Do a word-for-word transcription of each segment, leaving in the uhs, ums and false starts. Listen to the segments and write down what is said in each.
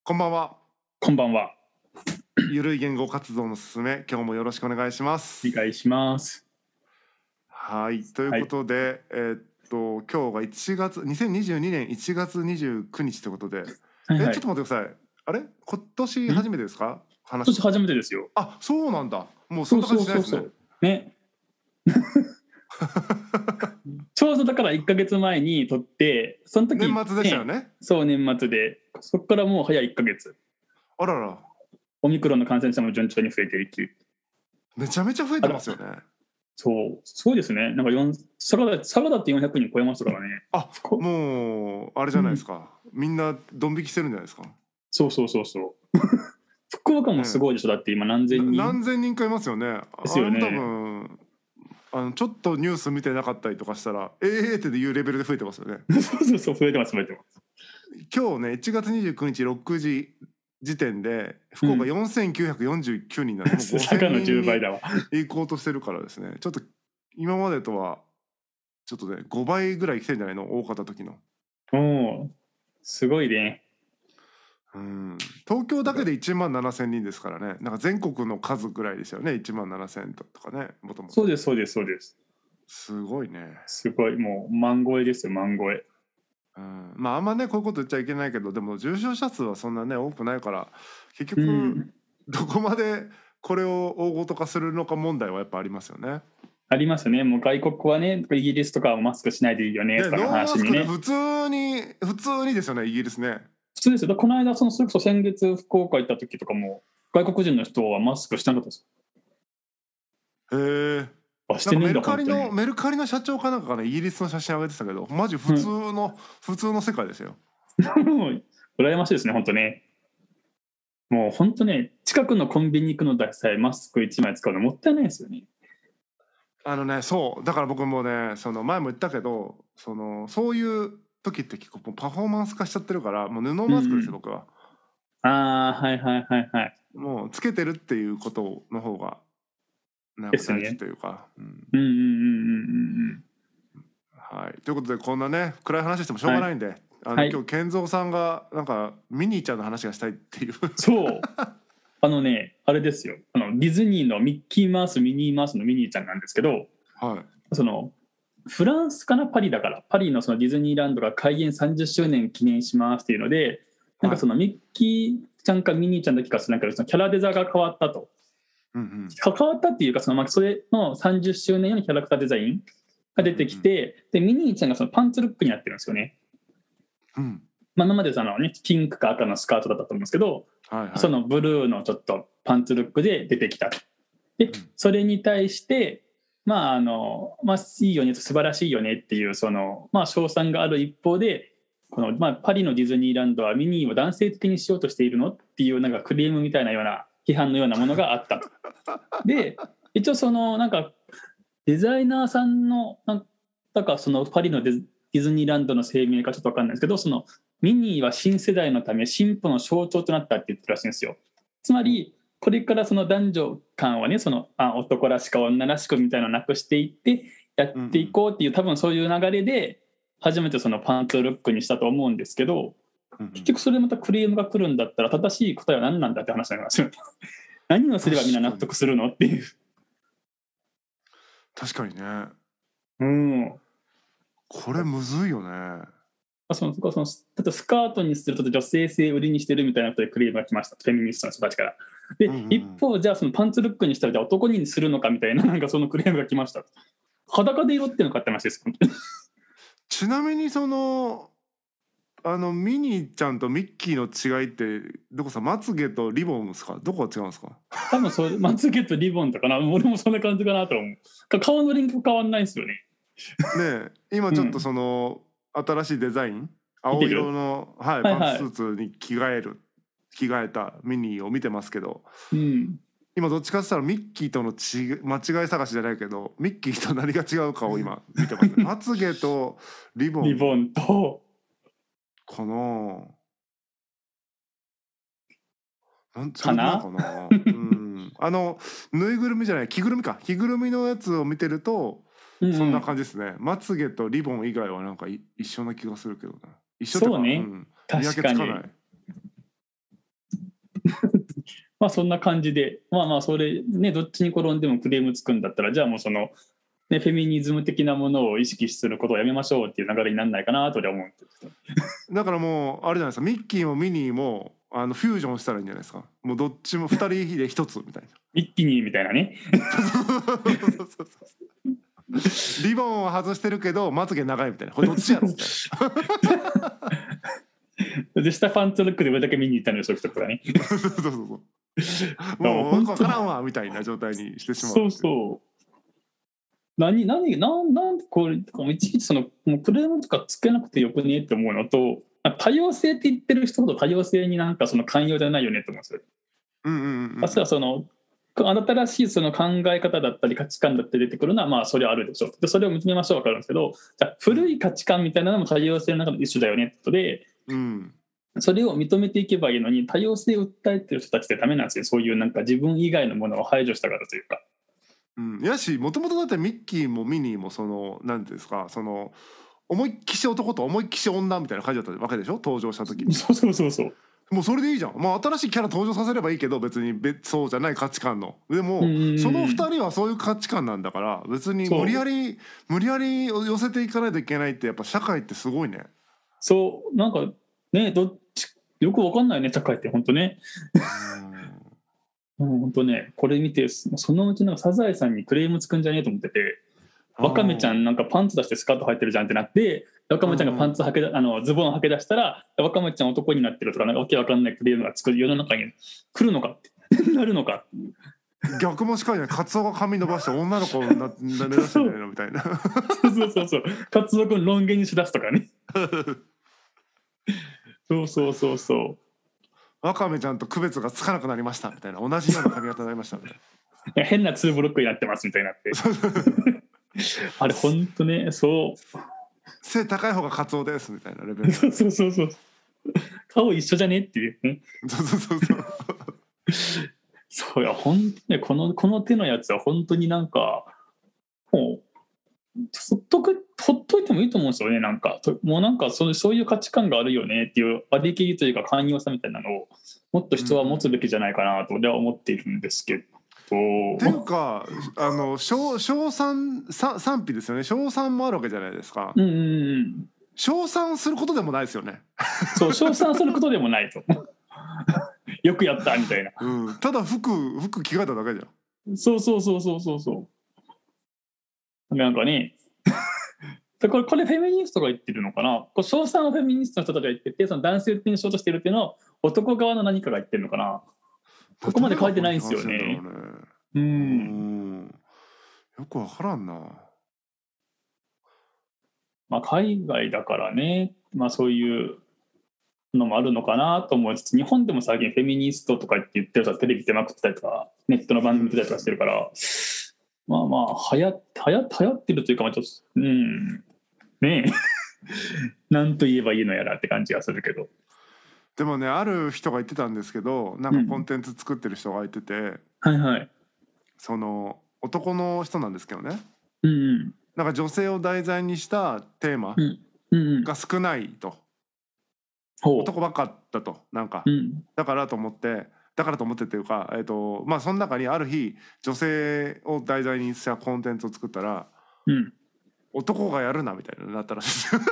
こんばんは。 こんばんは。 ゆるい言語活動のすすめ、今日もよろしくお願いします。 お願いします。 はい、ということで、えーっと今日がいちがつにせんにじゅうにねんいちがつにじゅうくにちということで、 はいはい。 えちょっと待ってください。あれ今年初めてですか？ 今話年初めてですよ。 あ、そうなんだ。もうそそうんな感そうそうじしないですね。 そう。ね。ちょうどだからいっかげつまえに撮って、その時年末でしたよね、 ね。 そう年末で、そこからもう早いいっかげつ。 あらら、 オミクロンの感染者も順調に増えているっていう。 めちゃめちゃ増えてますよね。 そうすごいですね。なんかよん佐賀だ佐賀だってよんひゃくにん超えましたからね。 あ、もうあれじゃないですか。みんなドン引きしてるんじゃないですか。 そうそうそうそう。福岡もすごいでしょ。だって今何千人何千人かいますよね。 ですよね。 あれも多分あのちょっとニュース見てなかったりとかしたらええーっていうレベルで増えてますよね。 そうそうそう、増えてます増えてます。 今日ねいちがつにじゅうくにちろくじ時点で福岡よんせんきゅうひゃくよんじゅうきゅうにんなんで、もう佐賀のごせんにんにじゅうばいだわ。 行こうとしてるからですね。ちょっと今までとはちょっとねごばいぐらい来てるんじゃないの、多かった時の。 おお、すごいね。 うん、東京だけでいちまんななせんにんですからね。なんか全国の数ぐらいですよね。いちまんななせんとかね、もともと。 そうですそうですそうです。 すごいね。 すごい、もう万超えですよ、万超え。 うん、まああんまねこういうこと言っちゃいけないけど、でも重症者数はそんなね多くないから、結う局ん、 どこまでこれを大ごと化するのか問題はやっぱありますよね。 ありますね。もう外国はね、イギリスとかはマスクしないでいいよねとかのでノーマ話にね。 スクで普通に普通にですよね、イギリスね。 普通ですよ。この間、そのそれこそ先月福岡行った時とかも、外国人の人はマスクしてなかったです。 へえ。 あ、しなんかてねえんだ、 メルカリ本当に。 のメルカリの社長かなんかがねイギリスの写真上げてたけど、マジ普通の、うん、普通の世界ですよ。 羨ましいですね、本当ね。もう本当ね、近くのコンビニ行くのだけさえマスクいちまい使うのもったいないですよね。 あのね、そうだから僕もね、その前も言ったけど、そのそういう時って結構もうパフォーマンス化しちゃってるから、もう布マスクですよ、 うん、 僕は。 ああ、はいはいはいはい。 もうつけてるっていうことの方がなんか大事ですね。 というか、うん、 うんうんうんうんうんうん。 はい。ということでこんなね暗い話してもしょうはいがないんで、あの、 はい、 今日健三さんがなんかミニーちゃんの話がしたいっていうそうあのね、あれですよ、あのディズニーのミッキーマウスミニーマウスのミニーちゃんなんですけど、 はい、 そのフランスかな、パリだから、パリのそのディズニーランドが開園さんじゅっしゅうねん記念しますっていうので、なんかそのミッキーちゃんかミニーちゃんだけかなんかそのキャラデザが変わったと、 うんうん、 変わったっていうか、そのまあそれのさんじゅっしゅうねん用のキャラクターデザインが出てきて、でミニーちゃんがそのパンツルックになってるんですよね。 うん、 まあ、今までその、ね、ピンクか赤のスカートだったと思うんですけど、 はいはい、 そのブルーのちょっとパンツルックで出てきたと。でそれに対してまああのまあいいよね、素晴らしいよねっていうそのまあ称賛がある一方で、このまあパリのディズニーランドはミニーを男性的にしようとしているのっていうなんかクレームみたいなような批判のようなものがあったと。で一応そのなんかデザイナーさんのなんだかそのパリのディズニーランドの声明かちょっと分かんないですけど、そのミニーは新世代のため進歩の象徴となったって言ってるらしいんですよ。つまりこれからその男女間はね、そのあ男らしく女らしくみたいなのをなくしていってやっていこうっていう、多分そういう流れで初めてそのパンツルックにしたと思うんですけど、結局それまたクレームが来るんだったら正しい答えは何なんだって話になりますよね。何をすればみんな納得するのっていう。 確かにね。 うん。 これむずいよね。 そのその例えばスカートにすると女性性を売りにしてるみたいなことでクレームが来ました、フェミニストの人たちから。で、うんうんうん、一方じゃあそのパンツルックにしたらじゃあ男にするのかみたいな、なんかそのクレームが来ました。裸で色ってのかって話です。 ちなみにそのあのミニーちゃんとミッキーの違いってどこさ、まつげとリボンですか、どこが違うんですか？ 多分それまつげとリボンとかな、俺もそんな感じかなと思う。顔のリンク変わんないですよね。 ねえ、今ちょっとその、うん、新しいデザイン、青色の、はい、はいはい、パンツスーツに着替える着替えたミニーを見てますけど、 うん、 今どっちかって言ったらミッキーとのち間違い探しじゃないけど、ミッキーと何が違うかを今見てますね。まつげとリボンリボンとかななんかなかなうん、あのぬいぐるみじゃない着ぐるみか着ぐるみのやつを見てると、うん、そんな感じですね。まつげとリボン以外はなんか一緒な気がするけどな。一緒とか、 そうね、 うん、 確かに。 まあそんな感じで、まあまあそれね、どっちに転んでもクレームつくんだったら、じゃあもうその、ね、フェミニズム的なものを意識することをやめましょうっていう流れにならないかなと俺は思うんですけど。 だからもうあれじゃないですか、ミッキーもミニーもあのフュージョンしたらいいんじゃないですか。もうどっちもふたりでひとつみたいな。 一気にみたいなね。 リボンを外してるけどまつげ長いみたいな。これどっちやろみたいな。で下パンツルックで上だけ見に行ったのよ、そういう人とかね。 そうそうそう。もうよくわからんわみたいな状態にしてしまう。 そうそう。何何なんなんでこれいちいちそのもうクレームとかつけなくてよくねって思うのと、多様性って言ってる人ほど多様性になんかその寛容じゃないよねって思うんですよ。 うんうんうんうん。 まずはその新しいその考え方だったり価値観だって出てくるのはまあそれはあるでしょう。でそれを認めましょう、分かるんですけど、じゃあ古い価値観みたいなのも多様性の中の一種だよねってことで、 うん、 それを認めていけばいいのに、多様性を訴えてる人たちってダメなんですよ。そういうなんか自分以外のものを排除したからというか。 うん、やしもともとだってミッキーもミニーもそのなんていうんですか、その思いっきし男と思いっきし女みたいな感じだったわけでしょ、登場した時に。 そうそうそうそう。 もうそれでいいじゃん。まあ新しいキャラ登場させればいいけど、別に別そうじゃない価値観の。でもそのふたりはそういう価値観なんだから、別に無理やり無理やり寄せていかないといけないって、やっぱ社会ってすごいね。 そうなんかね、どっちよくわかんないね、社会って本当ね。うん、本当ね、これ見てそのうちなんかサザエさんにクレームつくんじゃねえと思ってて、ワカメちゃんなんかパンツ出してスカート履いてるじゃんってなって、ワカメちゃんがパンツ履け、うん、あのズボン履け出したらワカメちゃん男になってるとか、なんかわけわかんないクレームがつく世の中に来るのかってなるのか。 逆もしかりない。カツオが髪伸ばして女の子にな目指してるのみたいな。 そうそうそうそう。カツオ君ロン毛にしだすとかね。そうそうそうそう。 ワカメちゃんと区別がつかなくなりましたみたいな、同じような髪型になりましたみたいな。 変なツーブロックになってますみたいになって。あれ本当ね、そう。 背高い方がカツオですみたいなレベル。 そうそうそうそう。顔一緒じゃねっていうね。 そうそうそうそう。 そうや、本当ね、このこの手のやつは本当になんかもうほっとくほっといてもいいと思うんですよね。なんかもうなんかそうそういう価値観があるよねっていう割り切りというか寛容さみたいなのをもっと人は持つべきじゃないかなと俺は思っているんですけど。 っていうか、あの称賛賛否ですよね。称賛もあるわけじゃないですか。 うんうんうん。 称賛することでもないですよね。 そう、称賛することでもないと。よくやったみたいな。 うん、ただ服服着替えただけじゃん。そうそうそうそうそうそう。なんかね。これこれフェミニストが言ってるのかな。これ称賛をフェミニストの人たちが言ってて、その男性的にしようとしてるっていうのを男側の何かが言ってるのかな。ここまで書いてないんですよね。うん。うんよくわからんな。 まあ海外だからね、まあそういうのもあるのかなと思いつつ、日本でも最近フェミニストとかって言ってる人はテレビ出まくってたりとか、ネットの番組出たりとかしてるから、うん、まあまあ流行流行流行ってるというか、まあちょっとうんねえなんと言えばいいのやらって感じがするけど。 でもね、ある人が言ってたんですけど、なんかコンテンツ作ってる人がいてて、うん、 はいはい、 その男の人なんですけどね、 うんうん、 なんか女性を題材にしたテーマが少ないと、うんうん、男ばっかだと、なんか、うん、だからと思ってだからと思ってっていうか、えーとまあ、その中にある日女性を題材にしたコンテンツを作ったら、うん、男がやるなみたいになったらしいですよ。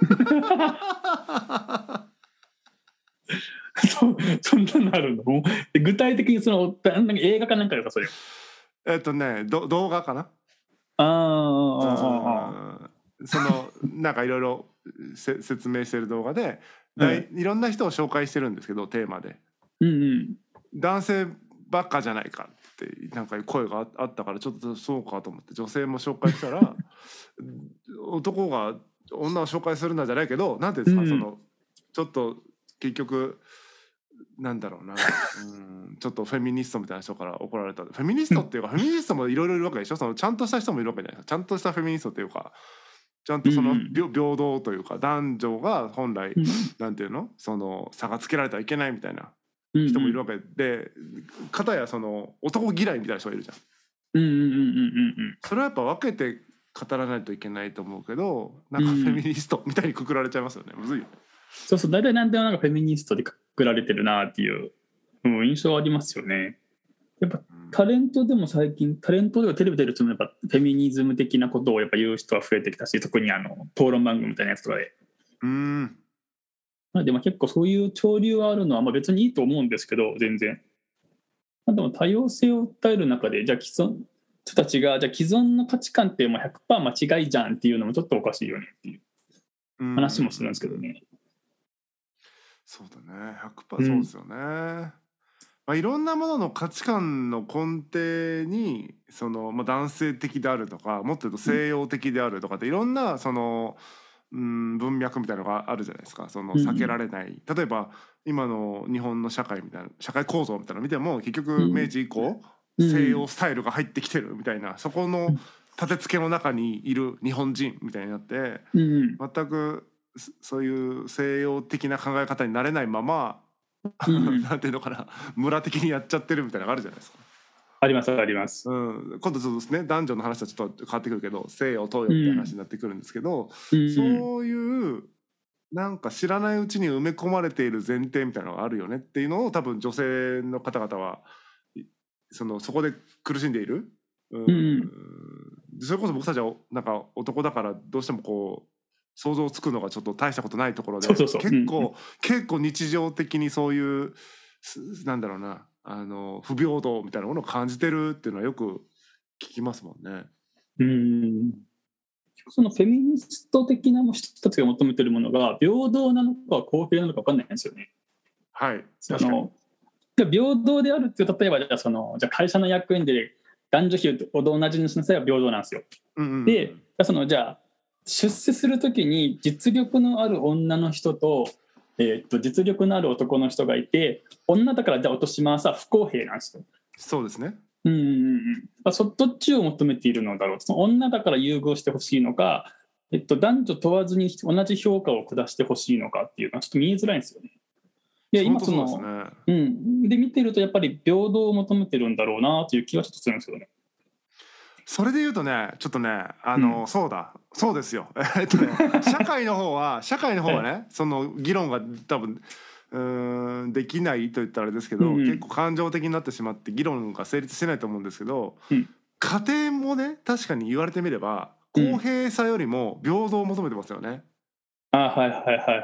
そ, そんなのあるの？具体的にそのなんか映画かなんかですかそれ？ えっとねど動画かな。 ああそのなんかいろいろ説明してる動画で、はい、いろんな人を紹介してるんですけどテーマで、うんうん、男性ばっかじゃないかってなんか声があったから、ちょっとそうかと思って女性も紹介したら男が女を紹介するんじゃないけど、なんていうんですか、うん、そのちょっと結局なんだろうな、うんちょっとフェミニストみたいな人から怒られた。フェミニストっていうか、フェミニストもいろいろいるわけでしょ。そのちゃんとした人もいるわけじゃないですか。ちゃんとしたフェミニストっていうか、ちゃんとその平等というか、男女が本来なんていうの、その差がつけられてはいけないみたいな人もいるわけで、片やその男嫌いみたいな人がいるじゃん。それはやっぱ分けて語らないといけないと思うけど、なんかフェミニストみたいにくくられちゃいますよね。むずいよね。 そうそう、大体何でもなんかフェミニストでくくられてるなっていう、うん、印象ありますよね。 やっぱタレントでも最近タレントではテレビ出る人もやっぱフェミニズム的なことをやっぱ言う人は増えてきたし、特にあの討論番組みたいなやつとかで、 うん、 まあ、でも結構そういう潮流はあるのはまあ別にいいと思うんですけど、全然、まあ、でも多様性を訴える中でじゃあ既存人たちがじゃあ既存の価値観ってもう ひゃくパーセント 間違いじゃんっていうのもちょっとおかしいよねっていう話もするんですけどね。 そうだね、 ひゃくパーセント そうですよね、うん、まあ、いろんなものの価値観の根底にその、まあ、男性的であるとかもっと言うと西洋的であるとかっていろんなその、うん、文脈みたいなのがあるじゃないですか。その避けられない、うん、例えば今の日本の社会みたいな社会構造みたいなの見ても結局明治以降、うん、西洋スタイルが入ってきてるみたいな、そこの立て付けの中にいる日本人みたいになって、うん、全くそういう西洋的な考え方になれないまま、うん、なんていうのかな、村的にやっちゃってるみたいなのがあるじゃないですか。 ありますあります、 うん、今度ちょっとですね、男女の話はちょっと変わってくるけど西洋東洋みたいな話になってくるんですけど、うん、そういうなんか知らないうちに埋め込まれている前提みたいなのがあるよねっていうのを多分女性の方々はそのそこで苦しんでいる、うんうん、それこそ僕たちはなんか男だからどうしてもこう想像つくのがちょっと大したことないところで、そうそうそう、結構、うん、結構日常的にそういうなんだろうな、あの不平等みたいなものを感じてるっていうのはよく聞きますもんね。 うん、そのフェミニスト的な人たちが求めてるものが平等なのか公平なのか分かんないんですよね。 はい、 確かに。平等であるっていう、例えばじゃあそのじゃあ会社の役員で男女比を同じにしなさいは平等なんですよ。うんうんうん、でそのじゃあ出世するときに実力のある女の人と、えー、っと実力のある男の人がいて、女だからじゃあ落とし回すは不公平なんですよ。 そうですね。 うんうんうん、そどっちを求めているのだろう。その女だから優遇してほしいのか、えっと、男女問わずに同じ評価を下してほしいのかっていうのはちょっと見えづらいんですよね。いや今そのそうですね、うん、で見てるとやっぱり平等を求めてるんだろうなという気はちょっとするんですよね。 それで言うとね、ちょっとね、あの、うん、そうだ、そうですよ。えっとね、社会の方は、社会の方はね、その議論が多分、うーん、できないと言ったらあれですけど、うんうん、結構感情的になってしまって議論が成立してないと思うんですけど、うん、家庭もね、確かに言われてみれば、公平さよりも平等を求めてますよね。 うん、あ、はいはいはいはいはい。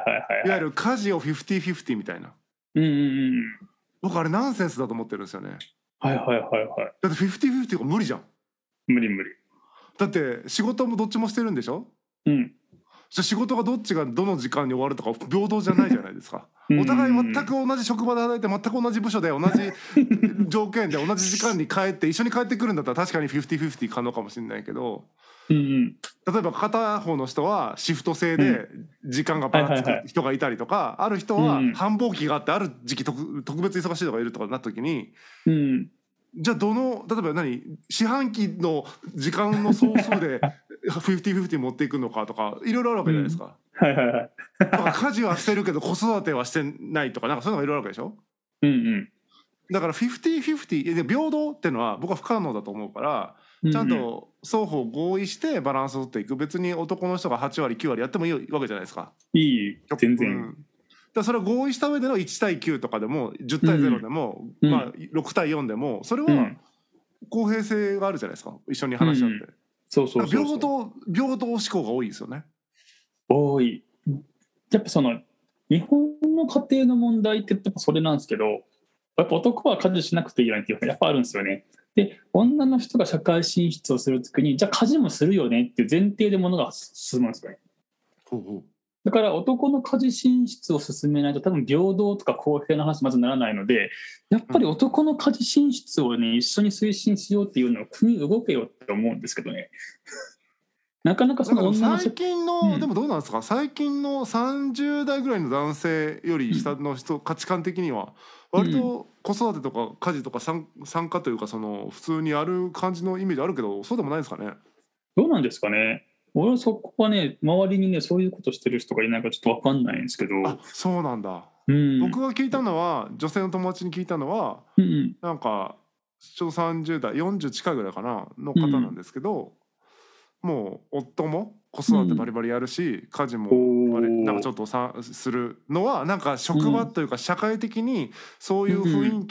いわゆる家事をフィフティフィフティみたいな。うんうんうん。僕あれナンセンスだと思ってるんですよね。 はいはいはいはい。 だってフィフティフィフティが無理じゃん。 無理無理。 だって仕事もどっちもしてるんでしょ。うん。じゃ仕事がどっちがどの時間に終わるとか平等じゃないじゃないですか。お互い全く同じ職場で働いて全く同じ部署で同じ条件で同じ時間に帰って一緒に帰ってくるんだったら確かにフィフティフィフティ可能かもしれないけど、うんうん、例えば片方の人はシフト制で時間がばらつく人がいたりとか、ある人は繁忙期があってある時期 特, 特別忙しい人がいるとかなった時に、うん、じゃあどの例えば何四半期の時間の総数でフィフティフィフティ持っていくのかとかいろいろあるわけじゃないですか。うん、はいはいはい。家事はしてるけど子育てはしてないとかなんかそういうのがいろいろあるわけでしょ。うんうん。だからフィフティフィフティで平等っていうのは僕は不可能だと思うから、ちゃんと双方合意してバランスを取っていく。別に男の人がはちわりきゅうわりやってもいいわけじゃないですか。 いい全然。うん、 だそれを合意した上でのいちたいきゅうとかでもじゅったいゼロでも、うん、まあろくたいよんでもそれは公平性があるじゃないですか。一緒に話し合って、うんうん、そうそうそうそう、平等平等志向が多いですよね。 多い。やっぱその日本の家庭の問題ってやっぱそれなんですけど、やっぱ男は家事しなくていいよねっていうのがやっぱあるんですよね。で女の人が社会進出をするときにじゃあ家事もするよねっていう前提で物が進むんですよね。ほうほう。だから男の家事進出を進めないと多分平等とか公平な話まずならないので、やっぱり男の家事進出をね一緒に推進しようっていうのを国動けよって思うんですけどね。なかなかその女の最近の、うん、でもどうなんですか、最近のさんじゅうだいぐらいの男性より下の人、うん、価値観的には割と子育てとか家事とか参加というかその普通にやる感じのイメージあるけど、そうでもないですかね。 どうなんですかね。俺はそこはね周りにねそういうことしてる人がいないかちょっと分かんないんですけど。 あ、そうなんだ、うん、僕が聞いたのは女性の友達に聞いたのは、うん、なんかちょうどさんじゅうだいよんじゅう近いぐらいかなの方なんですけど、うん、もう夫も子育てバリバリやるし、うん、家事もバリなんかちょっとさするのはなんか職場というか社会的にそういう雰囲気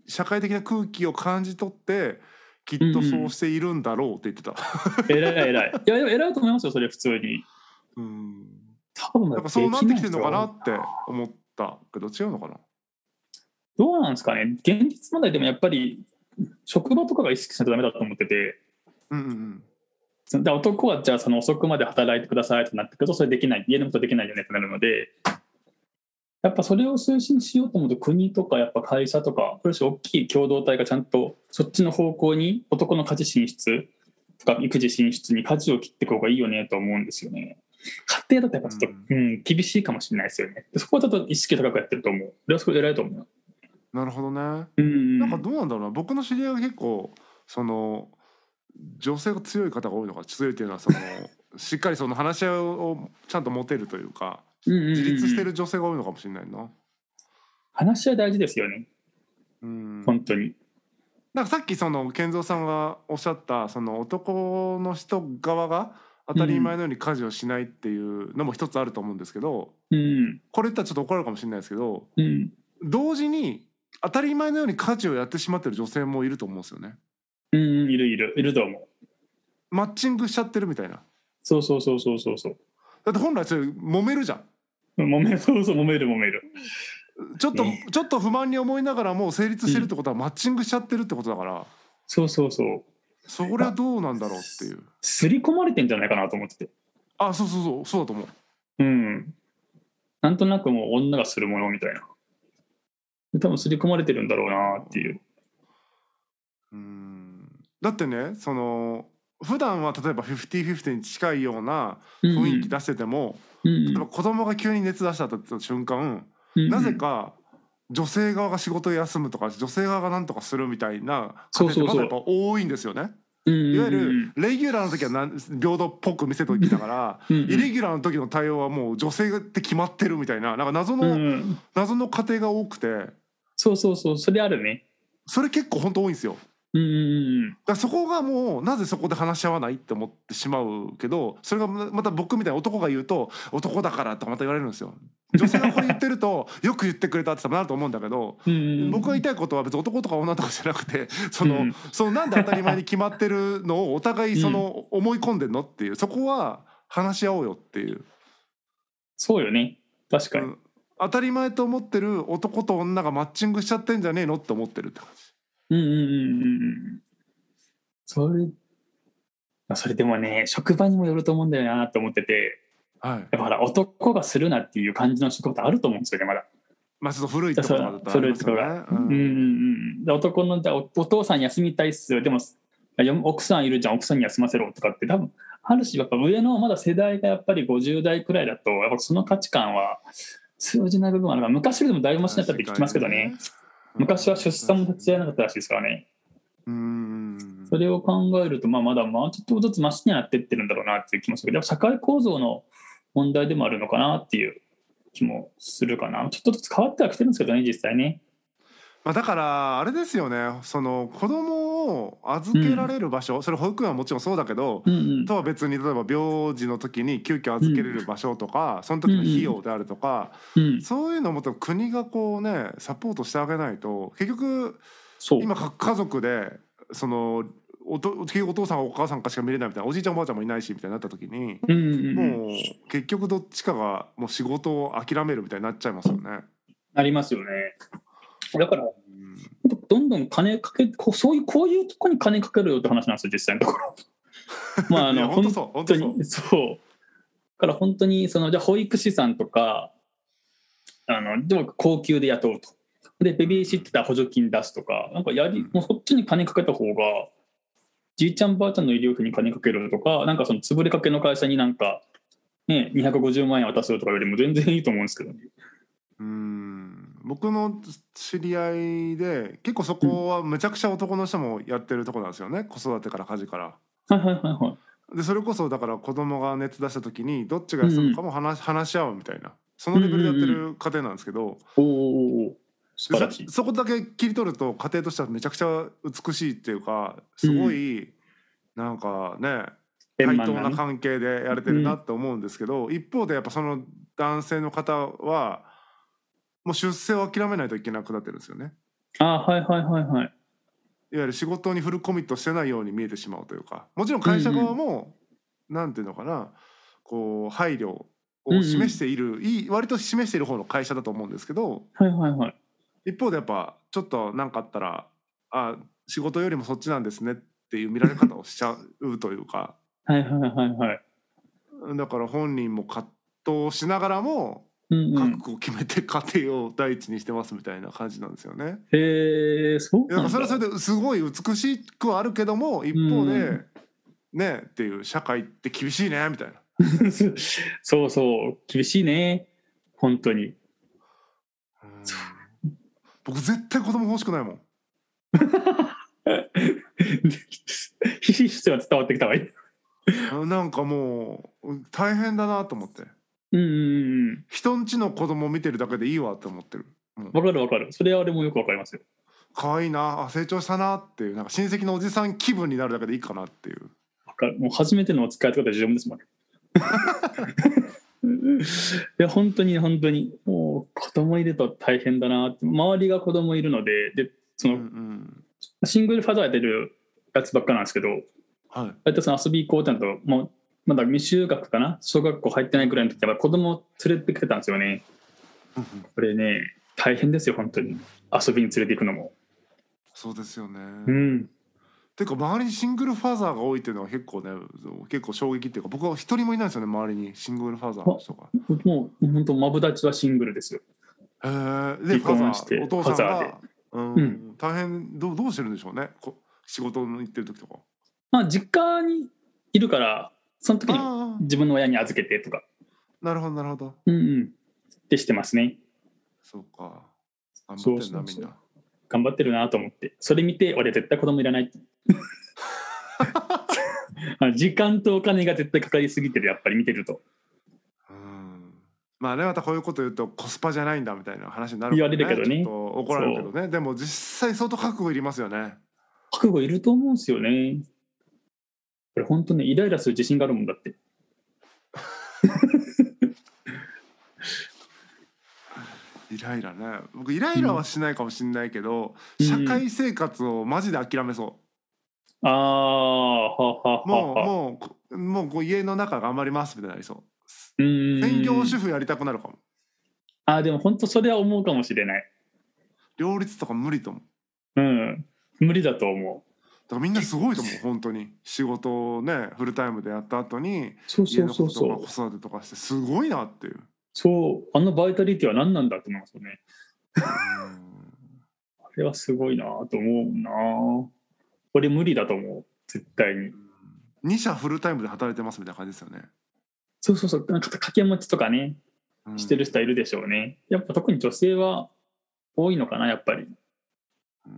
社会的な空気を感じ取ってきっとそうしているんだろうって言ってた、 うん、偉い偉いいやでも偉いと思いますよそれ普通に。 うん多分なんかそうなってきてるのかなって思ったけど違うのかな。 どうなんですかね。現実問題でもやっぱり職場とかが意識しないとダメだと思ってて、 うんうんうん、で男はじゃあその遅くまで働いてくださいってなってくるとそれできない家のことできないよねってなるので、やっぱそれを推進しようと思うと国とかやっぱ会社とかある種大きい共同体がちゃんとそっちの方向に男の家事進出とか育児進出に舵を切っていく方がいいよねと思うんですよね。家庭だとやっぱちょっと、うんうん、厳しいかもしれないですよね。そこはちょっと意識高くやってると思う。それはすごい偉いと思う。 なるほどね、 うん、 なんかどうなんだろうな。僕の知り合いが結構その女性が強い方が多いのか。強いっていうのはそのしっかりその話し合いをちゃんと持てるというか、うんうんうん、自立してる女性が多いのかもしれないな。 話し合い大事ですよね、うん、本当に。 なんかさっきその健三さんがおっしゃったその男の人側が当たり前のように家事をしないっていうのも一つあると思うんですけど、うん、これ言ったらちょっと怒られるかもしれないですけど、うん、同時に当たり前のように家事をやってしまってる女性もいると思うんですよね。 うん、いるいるいると思う。 マッチングしちゃってるみたいな。 そうそうそうそうそうそう。 だって本来それ揉めるじゃん。 揉める、そうそう揉める揉める。 ちょっと、ね、ちょっと不満に思いながらも成立してるってことはマッチングしちゃってるってことだから。うん、 そうそうそう。 それはどうなんだろうっていう。 刷り込まれてんじゃないかなと思ってて。 あ、そうそうそうそうだと思う。 うん。なんとなくもう女がするものみたいな。多分刷り込まれてるんだろうなっていう。 うん。だってね、その普段は例えばフィフティフィフティに近いような雰囲気出してても、うんうん、例えば子供が急に熱出した瞬間、うんうん、なぜか女性側が仕事を休むとか女性側が何とかするみたいな家庭ってまだやっぱ多いんですよね。そうそうそう、いわゆるレギュラーの時は平等っぽく見せときながらうん、うん、イレギュラーの時の対応はもう女性って決まってるみたいな、なんか謎の、うん、謎の家庭が多くて。 そうそうそう、それあるね。 それ結構本当多いんですよ。うんうんうん、だからそこがもうなぜそこで話し合わないって思ってしまうけど、それがまた僕みたいな男が言うと男だからとかまた言われるんですよ。女性がこれ言ってるとよく言ってくれたってなると思うんだけどうん、僕が言いたいことは別に男とか女とかじゃなくてその、うん、そのなんで当たり前に決まってるのをお互いその思い込んでんのっていう、そこは話し合おうよっていう。 そうよね、確かに、うん、 当たり前と思ってる男と女がマッチングしちゃってんじゃねえのって思ってるって感じ。 うんうんうんうん。それ、それでもね、職場にもよると思うんだよなと思ってて、はい、やっぱほら男がするなっていう感じの職場ってあると思うんですよね、まだ。 まあちょっと古いところだったらありますよね。古いところが。うんうんうん。男のじゃあ お, お父さん休みたいっすよ。でも奥さんいるじゃん、奥さんに休ませろとかって多分あるし、やっぱ上のまだ世代がやっぱりごじゅう代くらいだとやっぱその価値観は通じない部分はあるから、昔よりもだいぶマシになったって聞きますけどね。昔は出産も立ち会えなかったらしいですからね。うん、それを考えると、まあ、まだまあちょっとずつマシになってってるんだろうなっていう気もするけど、社会構造の問題でもあるのかなっていう気もするかな。ちょっとずつ変わってはきてるんですけどね、実際ね。 まあ、だからあれですよね、その子供を預けられる場所、うん、それ保育園はもちろんそうだけど、うんうん、とは別に例えば病児の時に急遽預けれる場所とか、うん、その時の費用であるとか、うん、そういうのをもっと国がこうねサポートしてあげないと、結局今家族でその お, とお父さんお母さんかしか見れないみたいな、おじいちゃんおばあちゃんもいないしみたいになった時に、うんうんうん、もう結局どっちかがもう仕事を諦めるみたいになっちゃいますよね。 ありますよね。だから、うん、どんどん金かけ、そういうこういうとこに金かけるよって話なんですよ、実際のところ。まああの本当にそうだから本当にそのじゃあ保育士さんとかあのでも高級で雇うと。でベビーシッター補助金出すとか、なんかやりもうそっちに金かけた方が、じいちゃんばあちゃんの医療費に金かけるとか、なんかその潰れかけの会社になんかねにひゃくごじゅうまんえん渡すとかよりも全然いいと思うんですけどね。 うーん、僕の知り合いで結構そこはめちゃくちゃ男の人もやってるとこなんですよね、うん、子育てから家事から。はいはいはいはい。でそれこそだから子供が熱出した時にどっちが休むかも 話,、うん、話し合うみたいな、そのレベルでやってる家庭なんですけど、うんうんうん、おお素晴らしい。 そ, そこだけ切り取ると家庭としてはめちゃくちゃ美しいっていうか、すごい、うん、なんかね対等な関係でやれてるなって思うんですけど、うん、一方でやっぱその男性の方はもう出世を諦めないといけなくなってるんですよね。 あはいはいはいはい。いわゆる仕事にフルコミットしてないように見えてしまうというか、もちろん会社側も、うん、なんていうのかな、こう配慮を示している、うんうん、いい割と示している方の会社だと思うんですけど、 はいはいはい、 一方でやっぱちょっと何かあったら、あ仕事よりもそっちなんですねっていう見られ方をしちゃうというかはいはいはいはい、 だから本人も葛藤しながらも、うんうん、覚悟を決めて家庭を第一にしてますみたいな感じなんですよね。 へえ、そうなんだ。 それはそれですごい美しくはあるけども、一方で、うん、ねっていう社会って厳しいねみたいなそうそう厳しいね本当に。うん、 僕絶対子供欲しくないもんひしひしは伝わってきたわいなんかもう大変だなと思って、 うんうんうん、 人んちの子供見てるだけでいいわって思ってる。 わかるわかる、それは俺もよくわかりますよ。 可愛いなあ、成長したなっていう、なんか親戚のおじさん気分になるだけでいいかなっていう。 わかる、もう初めてのお使いとかで十分ですもんねいや本当に本当にもう子供いると大変だなって、周りが子供いるので、でその、うんうん、シングルファザーやってるやつばっかなんですけど、はい、その遊び行こうってなるともうまだ未就学かな、小学校入ってないくらいの時は子供連れてきてたんですよね。これね大変ですよ本当に、遊びに連れて行くのも。 そうですよね。 うん。 ていうか周りにシングルファザーが多いっていうのは結構ね、結構衝撃っていうか、僕は一人もいないんですよね、周りにシングルファザーの人が。 もう本当マブダチはシングルですよ。 へえ。でファザー、お父さんが、うん、うん、大変どうどうしてるんでしょうね、こ仕事に行ってる時とか。 まあ実家にいるからその時に自分の親に預けてとか。 なるほどなるほど。 うんうんってしてますね。 そうか。頑張ってるな、みんな。 頑張ってるなと思って、それ見て俺絶対子供いらないって時間とお金が絶対かかりすぎてる、やっぱり見てると。うん、 まあね、またこういうこと言うとコスパじゃないんだみたいな話になるから、ね、 言われるけどね、 ちょっと怒られるけどね。でも実際相当覚悟いりますよね。 覚悟いると思うんですよね。これ本当ねイライラする自信があるもんだってイライラね、僕イライラはしないかもしれないけど、うん、社会生活をマジで諦めそう。ああ、はははは。もうもうもうこう家の中頑張りますみたいになりそう。うん、専業主婦やりたくなるかも。 あ、でも本当それは思うかもしれない。 両立とか無理と思う。うん、無理だと思う。 だからみんなすごいと思う本当に。仕事をねフルタイムでやった後に家のこととか子育てとかしてすごいなっていう。 そうあのバイタリティは何なんだと思いますよね。あれはすごいなと思うな。これ無理だと思う絶対に。 に社フルタイムで働いてますみたいな感じですよね。 そうそうそう、なんか掛け持ちとかねしてる人いるでしょうね。やっぱ特に女性は多いのかなやっぱり。 うん、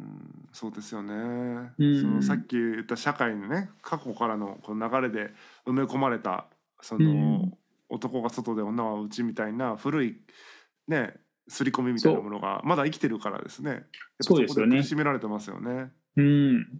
そうですよね。うん、そのさっき言った社会のね過去からのこの流れで埋め込まれたその、うん、男が外で女は内みたいな古いね刷り込みみたいなものがまだ生きてるからですね。 そうですよね。 苦しめられてますよね。 うん。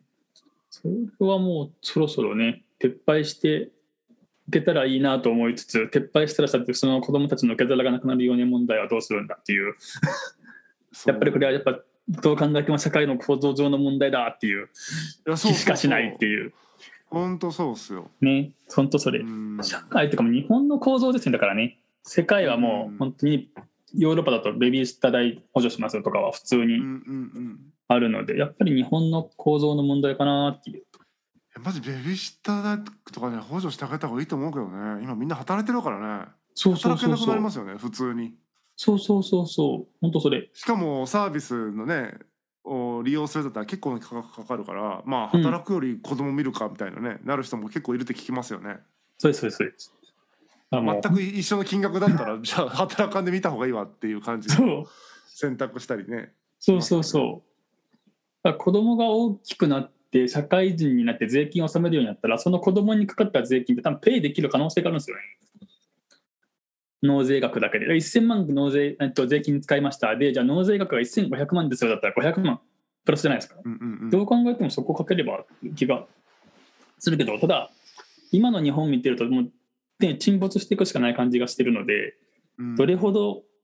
それはもうそろそろね撤廃していけたらいいなと思いつつ、撤廃したらさその子どもたちの受け皿がなくなるような問題はどうするんだっていうやっぱりこれはやっぱどう考えても社会の構造上の問題だっていう気しかしないっていう。 本当そうっすよね。本当それ社会とかも日本の構造ですね。だからね世界はもう本当にヨーロッパだとベビーシッター代補助しますとかは普通にあるので、やっぱり日本の構造の問題かなっていう。 まずベビーシッター代とかね補助してあげた方がいいと思うけどね。今みんな働いてるからね。そうそうそうそう、働けなくなりますよね普通に。 そうそうそうそう本当それ。 しかもサービスのねを利用するだったら結構価格かかるから、まあ働くより子供見るかみたいなね、うん、なる人も結構いるって聞きますよね。 そうですそうですそうです。 全く一緒の金額だったらじゃあ働かんで見た方がいいわっていう感じで選択したりね。 そうそうそう。だから子供が大きくなって社会人になって税金を納めるようになったらその子供にかかった税金って多分ペイできる可能性があるんですよね。納税額だけでせんまん納税、えっと、税金使いましたで、じゃあ納税額がせんごひゃくまんですよだったらごひゃくまんプラスじゃないですか、うんうんうん、どう考えてもそこかければ気がするけど、ただ今の日本見てるともう、ね、沈没していくしかない感じがしてるので、うん、どれほど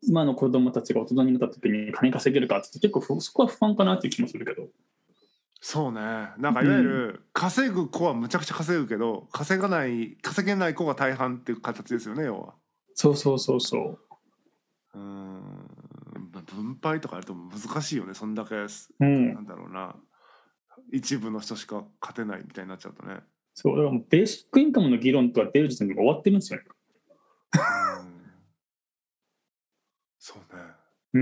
今の子供たちが大人になった時に金稼げるかって結構そこは不安かなっていう気もするけど。 そうね、なんかいわゆる稼ぐ子はむちゃくちゃ稼ぐけど、稼がない稼げない子が大半っていう形ですよね、要は。 そうそうそうそう。 うーん、分配とかあると難しいよね、そんだけ、 うん、 なんだろうな、一部の人しか勝てないみたいになっちゃうとね。 そうだからもうベーシックインカムの議論とは出る時点で終わってるんですよね。 うん、そうね。 うん。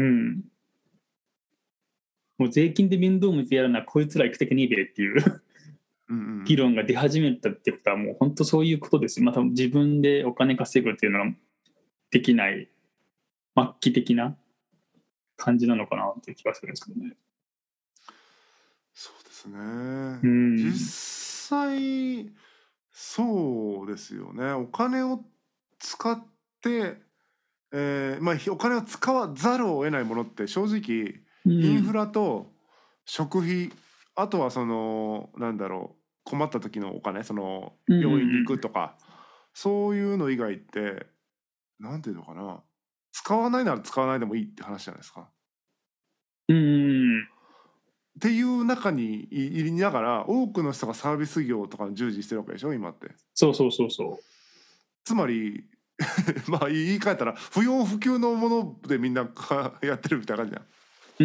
もう税金で面倒見てやるのはこいつら生きてけねえべっていう議論が出始めたってことはもう本当そういうことです。また自分でお金稼ぐっていうのはできない末期的な感じなのかなっていう気がするんですけどね。 そうですね、 うん、 実際そうですよね。お金を使って、えーまあ、お金を使わざるを得ないものって正直、うん、インフラと食費、あとはそのなんだろう、困った時のお金、その病院に行くとか、うん、そういうの以外ってなんていうのかな、使わないなら使わないでもいいって話じゃないですか。 うん、 っていう中にいりながら多くの人がサービス業とかに従事してるわけでしょ今って。 そうそうそうそう。 つまりまあ言い換えたら不要不急のものでみんなやってるみたいな感じじゃん。 うん、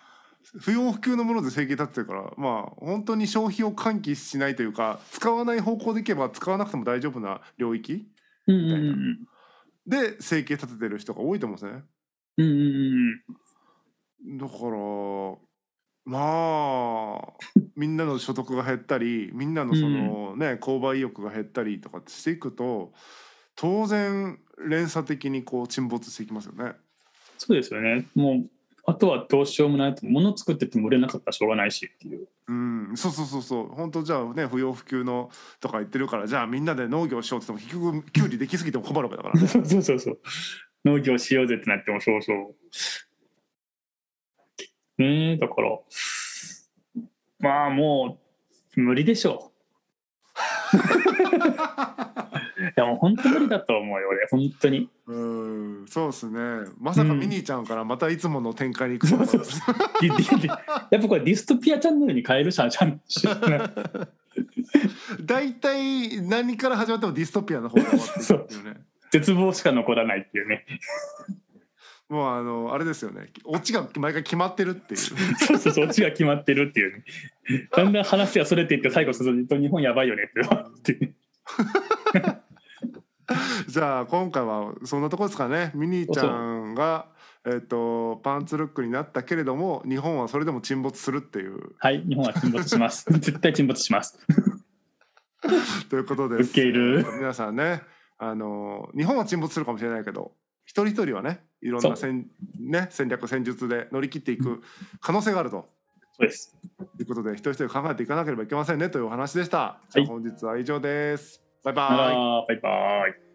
不要不急のもので生計立ってるから、まあ本当に消費を喚起しないというか、使わない方向でいけば使わなくても大丈夫な領域みたいな、で生計立ててる人が多いと思うんですね。うん、だからまあみんなの所得が減ったり、みんなのそのね、購買意欲が減ったりとかしていくと、当然連鎖的にこう沈没していきますよね。 そうですよね。もうあとはどうしようもないと、物作ってても売れなかったらしょうがないしっていう。 うん、そうそうそうそう。本当じゃあね、不要不急のとか言ってるから、じゃあみんなで農業しようって言っても結局キュウリできすぎても困るわけだからね。 そうそうそうそう。農業しようぜってなってもそうそう。ねえ、だからまあもう無理でしょう。いやもう本当無理だと思うよ俺、本当に。 うん、そうですね。まさかミニーちゃんからまたいつもの展開に行くとか、うん、 そうそうそうやっぱこれディストピアチャンネルに変えるじゃん。 大体何から始まってもディストピアの方が終わっていくっていうね。 絶望しか残らないっていうね。 もうあのあれですよね、オチが毎回決まってるっていう。 そうそうそう、オチが決まってるっていうね。だんだん話がそれていって最後すると日本やばいよねってってじゃあ今回はそんなところですかね。ミニーちゃんがえー、とパンツルックになったけれども、日本はそれでも沈没するっていう。 はい、日本は沈没します絶対沈没しますということです。 受ける皆さんね、あの日本は沈没するかもしれないけど、一人一人はね、いろんな戦、ね、戦略戦術で乗り切っていく可能性があると。 そうです。 ということで、一人一人考えていかなければいけませんねというお話でした。じゃあ本日は以上です。バイバイ。 バイバイ。